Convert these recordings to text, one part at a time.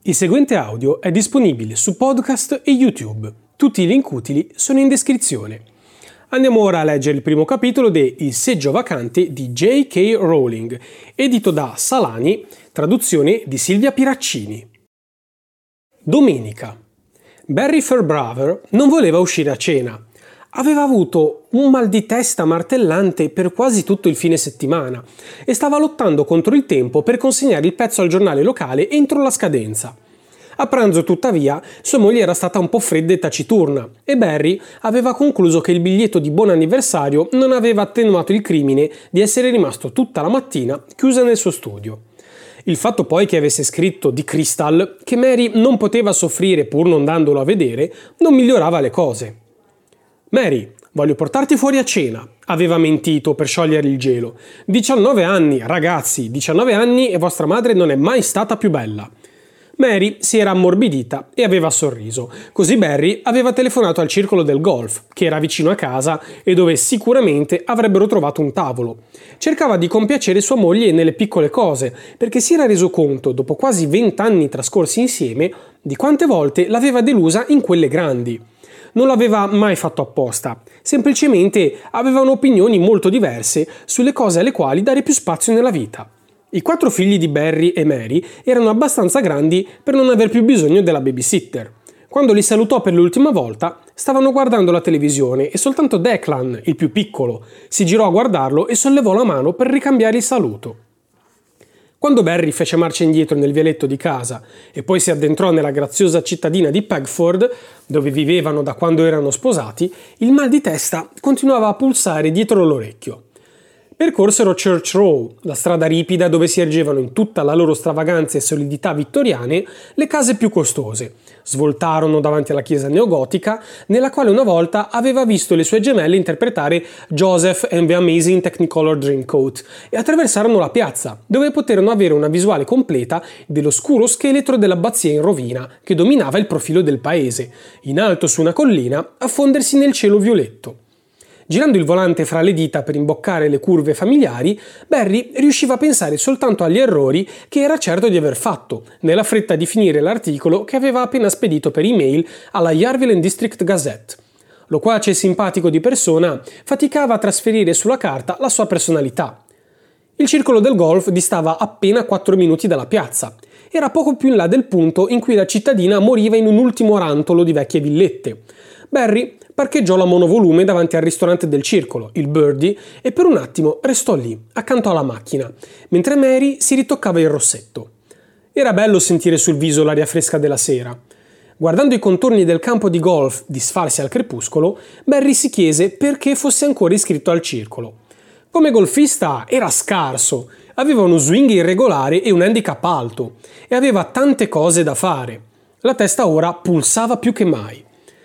Il seguente audio è disponibile su podcast e YouTube. Tutti i link utili sono in descrizione. Andiamo ora a leggere il primo capitolo de Il seggio vacante di J.K. Rowling, edito da Salani, traduzione di Silvia Piraccini. Domenica. Barry Fairbrother non voleva uscire a cena. Aveva avuto un mal di testa martellante per quasi tutto il fine settimana e stava lottando contro il tempo per consegnare il pezzo al giornale locale entro la scadenza. A pranzo, tuttavia, sua moglie era stata un po' fredda e taciturna e Barry aveva concluso che il biglietto di buon anniversario non aveva attenuato il crimine di essere rimasto tutta la mattina chiusa nel suo studio. Il fatto poi che avesse scritto di Crystal che Mary non poteva soffrire pur non dandolo a vedere non migliorava le cose. «Mary, voglio portarti fuori a cena», aveva mentito per sciogliere il gelo. 19 anni, ragazzi, 19 anni e vostra madre non è mai stata più bella. Mary si era ammorbidita e aveva sorriso. Così Barry aveva telefonato al circolo del golf, che era vicino a casa e dove sicuramente avrebbero trovato un tavolo. Cercava di compiacere sua moglie nelle piccole cose, perché si era reso conto, dopo quasi 20 anni trascorsi insieme, di quante volte l'aveva delusa in quelle grandi. Non l'aveva mai fatto apposta, semplicemente avevano opinioni molto diverse sulle cose alle quali dare più spazio nella vita. I 4 figli di Barry e Mary erano abbastanza grandi per non aver più bisogno della babysitter. Quando li salutò per l'ultima volta, stavano guardando la televisione e soltanto Declan, il più piccolo, si girò a guardarlo e sollevò la mano per ricambiare il saluto. Quando Barry fece marcia indietro nel vialetto di casa e poi si addentrò nella graziosa cittadina di Pegford, dove vivevano da quando erano sposati, il mal di testa continuava a pulsare dietro l'orecchio. Percorsero Church Row, la strada ripida dove si ergevano in tutta la loro stravaganza e solidità vittoriane le case più costose. Svoltarono davanti alla chiesa neogotica, nella quale una volta aveva visto le sue gemelle interpretare Joseph and the Amazing Technicolor Dreamcoat, e attraversarono la piazza, dove poterono avere una visuale completa dell'oscuro scheletro dell'abbazia in rovina che dominava il profilo del paese, in alto su una collina, a fondersi nel cielo violetto. Girando il volante fra le dita per imboccare le curve familiari, Barry riusciva a pensare soltanto agli errori che era certo di aver fatto, nella fretta di finire l'articolo che aveva appena spedito per email alla Yarville and District Gazette. Loquace e simpatico di persona, faticava a trasferire sulla carta la sua personalità. Il circolo del golf distava appena 4 minuti dalla piazza. Era poco più in là del punto in cui la cittadina moriva in un ultimo rantolo di vecchie villette. Barry parcheggiò la monovolume davanti al ristorante del circolo, il Birdie, e per un attimo restò lì, accanto alla macchina, mentre Mary si ritoccava il rossetto. Era bello sentire sul viso l'aria fresca della sera. Guardando i contorni del campo di golf disfarsi al crepuscolo, Barry si chiese perché fosse ancora iscritto al circolo. Come golfista era scarso, aveva uno swing irregolare e un handicap alto, e aveva tante cose da fare. La testa ora pulsava più che mai.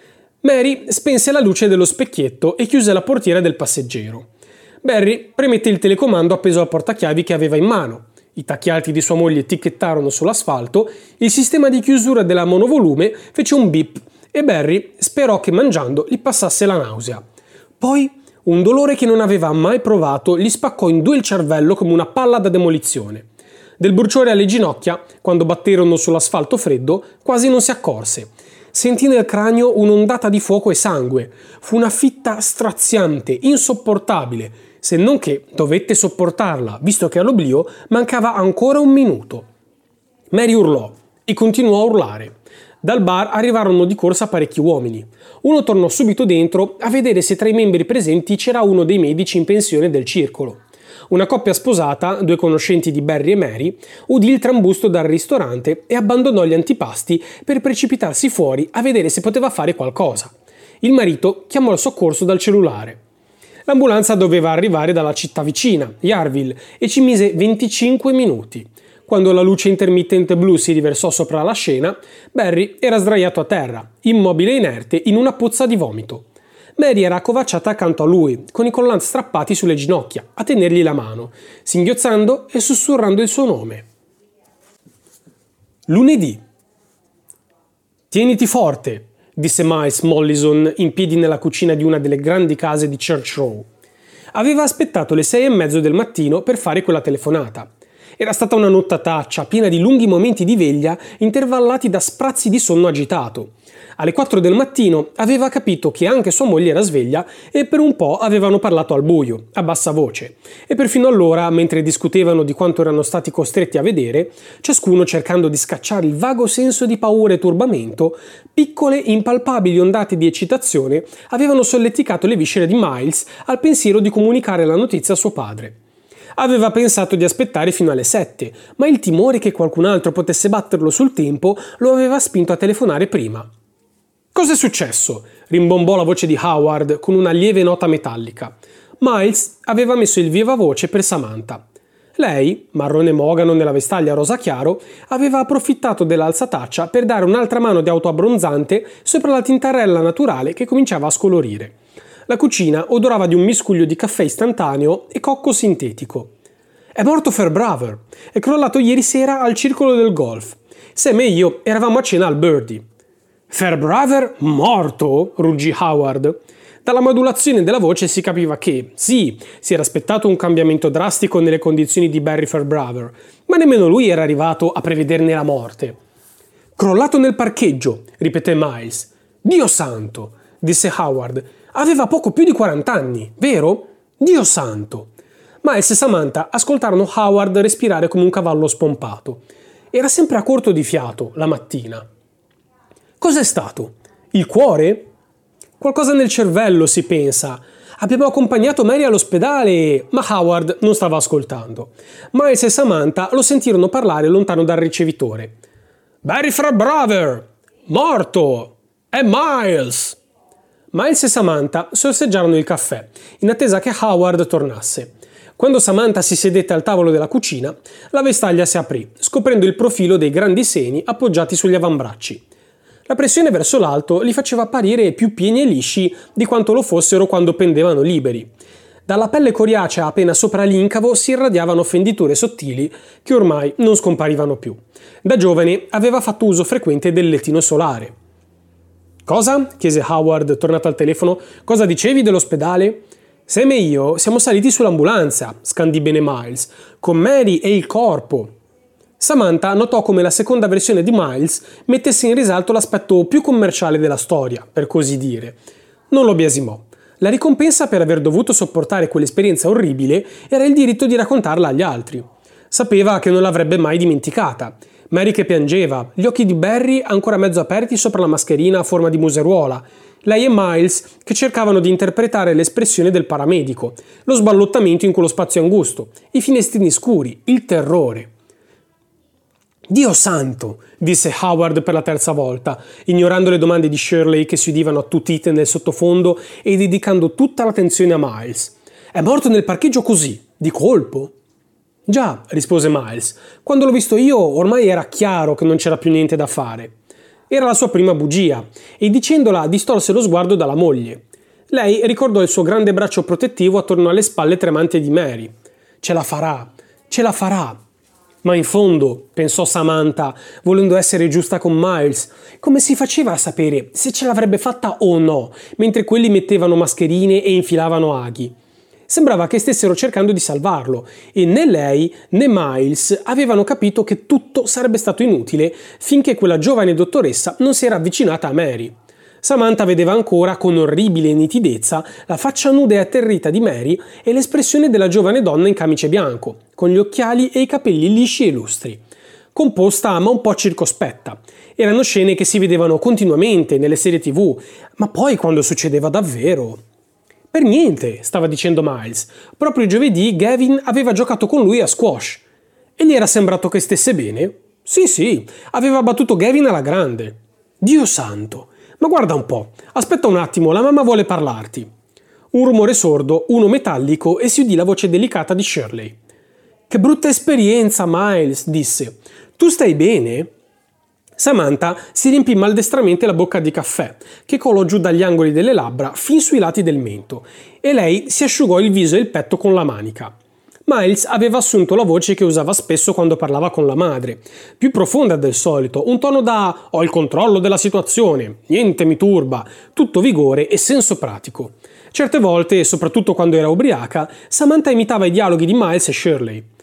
Mary spense la luce dello specchietto e chiuse la portiera del passeggero. Barry premette il telecomando appeso al portachiavi che aveva in mano. I tacchi alti di sua moglie ticchettarono sull'asfalto, il sistema di chiusura della monovolume fece un bip e Barry sperò che mangiando gli passasse la nausea. Poi un dolore che non aveva mai provato gli spaccò in 2 il cervello come una palla da demolizione. Del bruciore alle ginocchia, quando batterono sull'asfalto freddo, quasi non si accorse. Sentì nel cranio un'ondata di fuoco e sangue. Fu una fitta straziante, insopportabile, se non che dovette sopportarla, visto che all'oblio mancava ancora 1 minuto. Mary urlò e continuò a urlare. Dal bar arrivarono di corsa parecchi uomini. Uno tornò subito dentro a vedere se tra i membri presenti c'era uno dei medici in pensione del circolo. Una coppia sposata, 2 conoscenti di Barry e Mary, udì il trambusto dal ristorante e abbandonò gli antipasti per precipitarsi fuori a vedere se poteva fare qualcosa. Il marito chiamò il soccorso dal cellulare. L'ambulanza doveva arrivare dalla città vicina, Yarville, e ci mise 25 minuti. Quando la luce intermittente blu si riversò sopra la scena, Barry era sdraiato a terra, immobile e inerte, in una pozza di vomito. Mary era accovacciata accanto a lui, con i collant strappati sulle ginocchia, a tenergli la mano, singhiozzando e sussurrando il suo nome. Lunedì. «Tieniti forte», disse Miles Mollison in piedi nella cucina di una delle grandi case di Church Row. Aveva aspettato le 6:30 del mattino per fare quella telefonata. Era stata una nottataccia, piena di lunghi momenti di veglia, intervallati da sprazzi di sonno agitato. Alle 4 del mattino aveva capito che anche sua moglie era sveglia e per un po' avevano parlato al buio, a bassa voce. E perfino allora, mentre discutevano di quanto erano stati costretti a vedere, ciascuno cercando di scacciare il vago senso di paura e turbamento, piccole, impalpabili ondate di eccitazione avevano solleticato le viscere di Miles al pensiero di comunicare la notizia a suo padre. Aveva pensato di aspettare fino alle 7, ma il timore che qualcun altro potesse batterlo sul tempo lo aveva spinto a telefonare prima. «Cos'è successo?» rimbombò la voce di Howard con una lieve nota metallica. Miles aveva messo il viva voce per Samantha. Lei, marrone mogano nella vestaglia rosa chiaro, aveva approfittato dell'alzataccia per dare un'altra mano di auto abbronzante sopra la tintarella naturale che cominciava a scolorire. La cucina odorava di un miscuglio di caffè istantaneo e cocco sintetico. «È morto Fairbrother. È crollato ieri sera al circolo del golf. Sam e io eravamo a cena al Birdie». «Fairbrother morto?» ruggì Howard. Dalla modulazione della voce si capiva che, sì, si era aspettato un cambiamento drastico nelle condizioni di Barry Fairbrother, ma nemmeno lui era arrivato a prevederne la morte. «Crollato nel parcheggio», ripeté Miles. «Dio santo», disse Howard. «Aveva poco più di 40 anni, vero? Dio santo!» Miles e Samantha ascoltarono Howard respirare come un cavallo spompato. Era sempre a corto di fiato la mattina. «Cos'è stato? Il cuore?» «Qualcosa nel cervello, si pensa. Abbiamo accompagnato Mary all'ospedale», ma Howard non stava ascoltando. Miles e Samantha lo sentirono parlare lontano dal ricevitore. «Barry Fairbrother! Morto! È Miles!» Miles e Samantha sorseggiarono il caffè, in attesa che Howard tornasse. Quando Samantha si sedette al tavolo della cucina, la vestaglia si aprì, scoprendo il profilo dei grandi seni appoggiati sugli avambracci. La pressione verso l'alto li faceva apparire più pieni e lisci di quanto lo fossero quando pendevano liberi. Dalla pelle coriacea appena sopra l'incavo si irradiavano fenditure sottili che ormai non scomparivano più. Da giovane aveva fatto uso frequente del lettino solare. «Cosa?» chiese Howard, tornato al telefono. «Cosa dicevi dell'ospedale?» «Sam e io siamo saliti sull'ambulanza», scandì bene Miles, «con Mary e il corpo». Samantha notò come la seconda versione di Miles mettesse in risalto l'aspetto più commerciale della storia, per così dire. Non lo biasimò. La ricompensa per aver dovuto sopportare quell'esperienza orribile era il diritto di raccontarla agli altri. Sapeva che non l'avrebbe mai dimenticata. Mary che piangeva, gli occhi di Barry ancora mezzo aperti sopra la mascherina a forma di museruola, lei e Miles che cercavano di interpretare l'espressione del paramedico, lo sballottamento in quello spazio angusto, i finestrini scuri, il terrore. «Dio santo!» disse Howard per la terza volta, ignorando le domande di Shirley che si udivano attutite nel sottofondo e dedicando tutta l'attenzione a Miles. «È morto nel parcheggio così, di colpo?» «Già», rispose Miles, «quando l'ho visto io ormai era chiaro che non c'era più niente da fare». Era la sua prima bugia, e dicendola distolse lo sguardo dalla moglie. Lei ricordò il suo grande braccio protettivo attorno alle spalle tremanti di Mary. «Ce la farà, ce la farà». Ma in fondo, pensò Samantha, volendo essere giusta con Miles, come si faceva a sapere se ce l'avrebbe fatta o no, mentre quelli mettevano mascherine e infilavano aghi? Sembrava che stessero cercando di salvarlo, e né lei né Miles avevano capito che tutto sarebbe stato inutile finché quella giovane dottoressa non si era avvicinata a Mary. Samantha vedeva ancora con orribile nitidezza la faccia nuda e atterrita di Mary e l'espressione della giovane donna in camice bianco, con gli occhiali e i capelli lisci e lustri. Composta ma un po' circospetta. Erano scene che si vedevano continuamente nelle serie TV, ma poi quando succedeva davvero... «Per niente», stava dicendo Miles. «Proprio giovedì Gavin aveva giocato con lui a squash. E gli era sembrato che stesse bene? Sì, aveva battuto Gavin alla grande. Dio santo! Ma guarda un po', aspetta un attimo, la mamma vuole parlarti». Un rumore sordo, uno metallico, e si udì la voce delicata di Shirley. «Che brutta esperienza, Miles», disse. «Tu stai bene?» Samantha si riempì maldestramente la bocca di caffè, che colò giù dagli angoli delle labbra fin sui lati del mento, e lei si asciugò il viso e il petto con la manica. Miles aveva assunto la voce che usava spesso quando parlava con la madre, più profonda del solito, un tono da «ho il controllo della situazione, niente mi turba», tutto vigore e senso pratico. Certe volte, soprattutto quando era ubriaca, Samantha imitava i dialoghi di Miles e Shirley.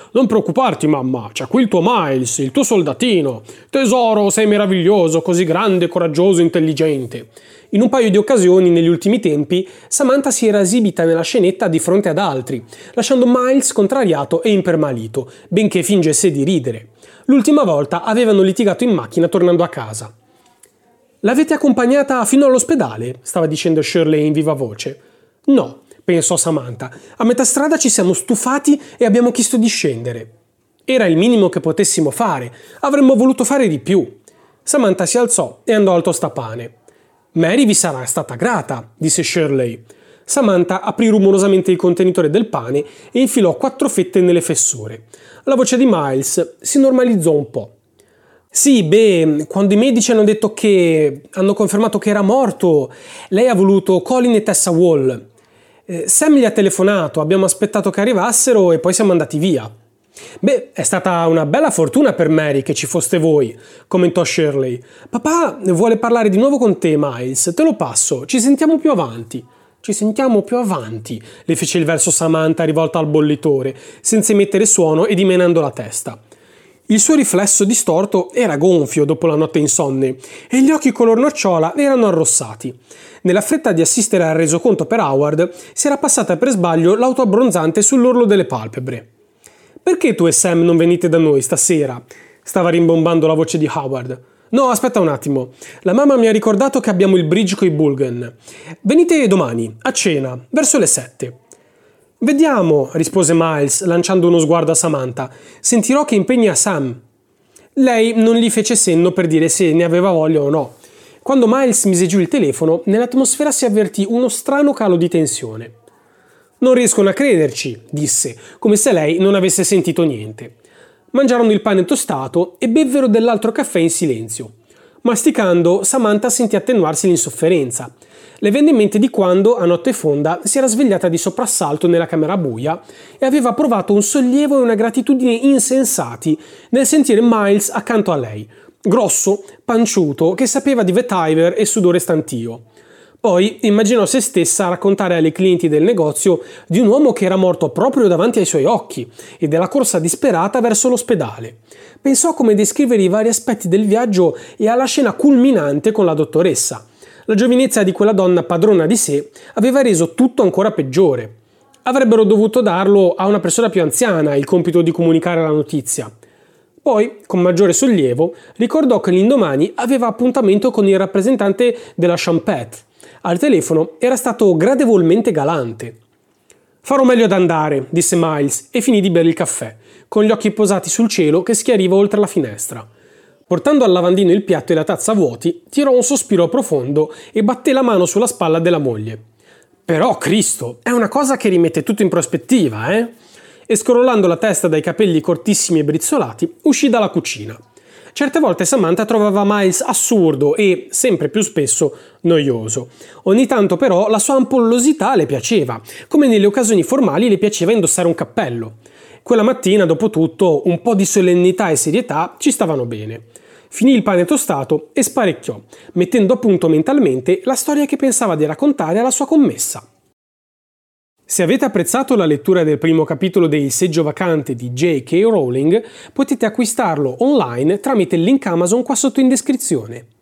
Non preoccuparti, mamma, c'è qui il tuo Miles, il tuo soldatino. Tesoro, sei meraviglioso, così grande, coraggioso, intelligente. In un paio di occasioni negli ultimi tempi, Samantha si era esibita nella scenetta di fronte ad altri, lasciando Miles contrariato e impermalito, benché fingesse di ridere. L'ultima volta avevano litigato in macchina tornando a casa. «L'avete accompagnata fino all'ospedale?» stava dicendo Shirley in viva voce. «No», pensò Samantha. «A metà strada ci siamo stufati e abbiamo chiesto di scendere. Era il minimo che potessimo fare. Avremmo voluto fare di più». Samantha si alzò e andò al tostapane. «Mary vi sarà stata grata», disse Shirley. Samantha aprì rumorosamente il contenitore del pane e infilò 4 fette nelle fessure. La voce di Miles si normalizzò un po'. «Sì, quando i medici hanno confermato che era morto, lei ha voluto Colin e Tessa Wall. Sam gli ha telefonato, abbiamo aspettato che arrivassero e poi siamo andati via». «È stata una bella fortuna per Mary che ci foste voi», commentò Shirley. «Papà vuole parlare di nuovo con te, Miles, te lo passo, ci sentiamo più avanti». «Ci sentiamo più avanti», le fece il verso Samantha rivolta al bollitore, senza emettere suono e dimenando la testa. Il suo riflesso distorto era gonfio dopo la notte insonne e gli occhi color nocciola erano arrossati. Nella fretta di assistere al resoconto per Howard si era passata per sbaglio l'auto abbronzante sull'orlo delle palpebre. «Perché tu e Sam non venite da noi stasera?» stava rimbombando la voce di Howard. «No, aspetta un attimo. La mamma mi ha ricordato che abbiamo il bridge coi Bulgan. Venite domani, a cena, verso le 7. «Vediamo», rispose Miles, lanciando uno sguardo a Samantha. «Sentirò che impegna Sam». Lei non gli fece senno per dire se ne aveva voglia o no. Quando Miles mise giù il telefono, nell'atmosfera si avvertì uno strano calo di tensione. «Non riescono a crederci», disse, come se lei non avesse sentito niente. Mangiarono il pane tostato e bevvero dell'altro caffè in silenzio. Masticando, Samantha sentì attenuarsi l'insofferenza. Le venne in mente di quando, a notte fonda, si era svegliata di soprassalto nella camera buia e aveva provato un sollievo e una gratitudine insensati nel sentire Miles accanto a lei, grosso, panciuto, che sapeva di vetiver e sudore stantio. Poi immaginò se stessa raccontare alle clienti del negozio di un uomo che era morto proprio davanti ai suoi occhi e della corsa disperata verso l'ospedale. Pensò a come descrivere i vari aspetti del viaggio e alla scena culminante con la dottoressa. La giovinezza di quella donna padrona di sé aveva reso tutto ancora peggiore. Avrebbero dovuto darlo a una persona più anziana il compito di comunicare la notizia. Poi, con maggiore sollievo, ricordò che l'indomani aveva appuntamento con il rappresentante della Champette. Al telefono era stato gradevolmente galante. «Farò meglio ad andare», disse Miles e finì di bere il caffè, con gli occhi posati sul cielo che schiariva oltre la finestra. Portando al lavandino il piatto e la tazza vuoti, tirò un sospiro profondo e batté la mano sulla spalla della moglie. «Però, Cristo, è una cosa che rimette tutto in prospettiva, eh?» E scrollando la testa dai capelli cortissimi e brizzolati, uscì dalla cucina. Certe volte Samantha trovava Miles assurdo e, sempre più spesso, noioso. Ogni tanto però la sua ampollosità le piaceva, come nelle occasioni formali le piaceva indossare un cappello. Quella mattina, dopo tutto, un po' di solennità e serietà ci stavano bene. Finì il pane tostato e sparecchiò, mettendo a punto mentalmente la storia che pensava di raccontare alla sua commessa. Se avete apprezzato la lettura del primo capitolo de Il seggio vacante di J.K. Rowling, potete acquistarlo online tramite il link Amazon qua sotto in descrizione.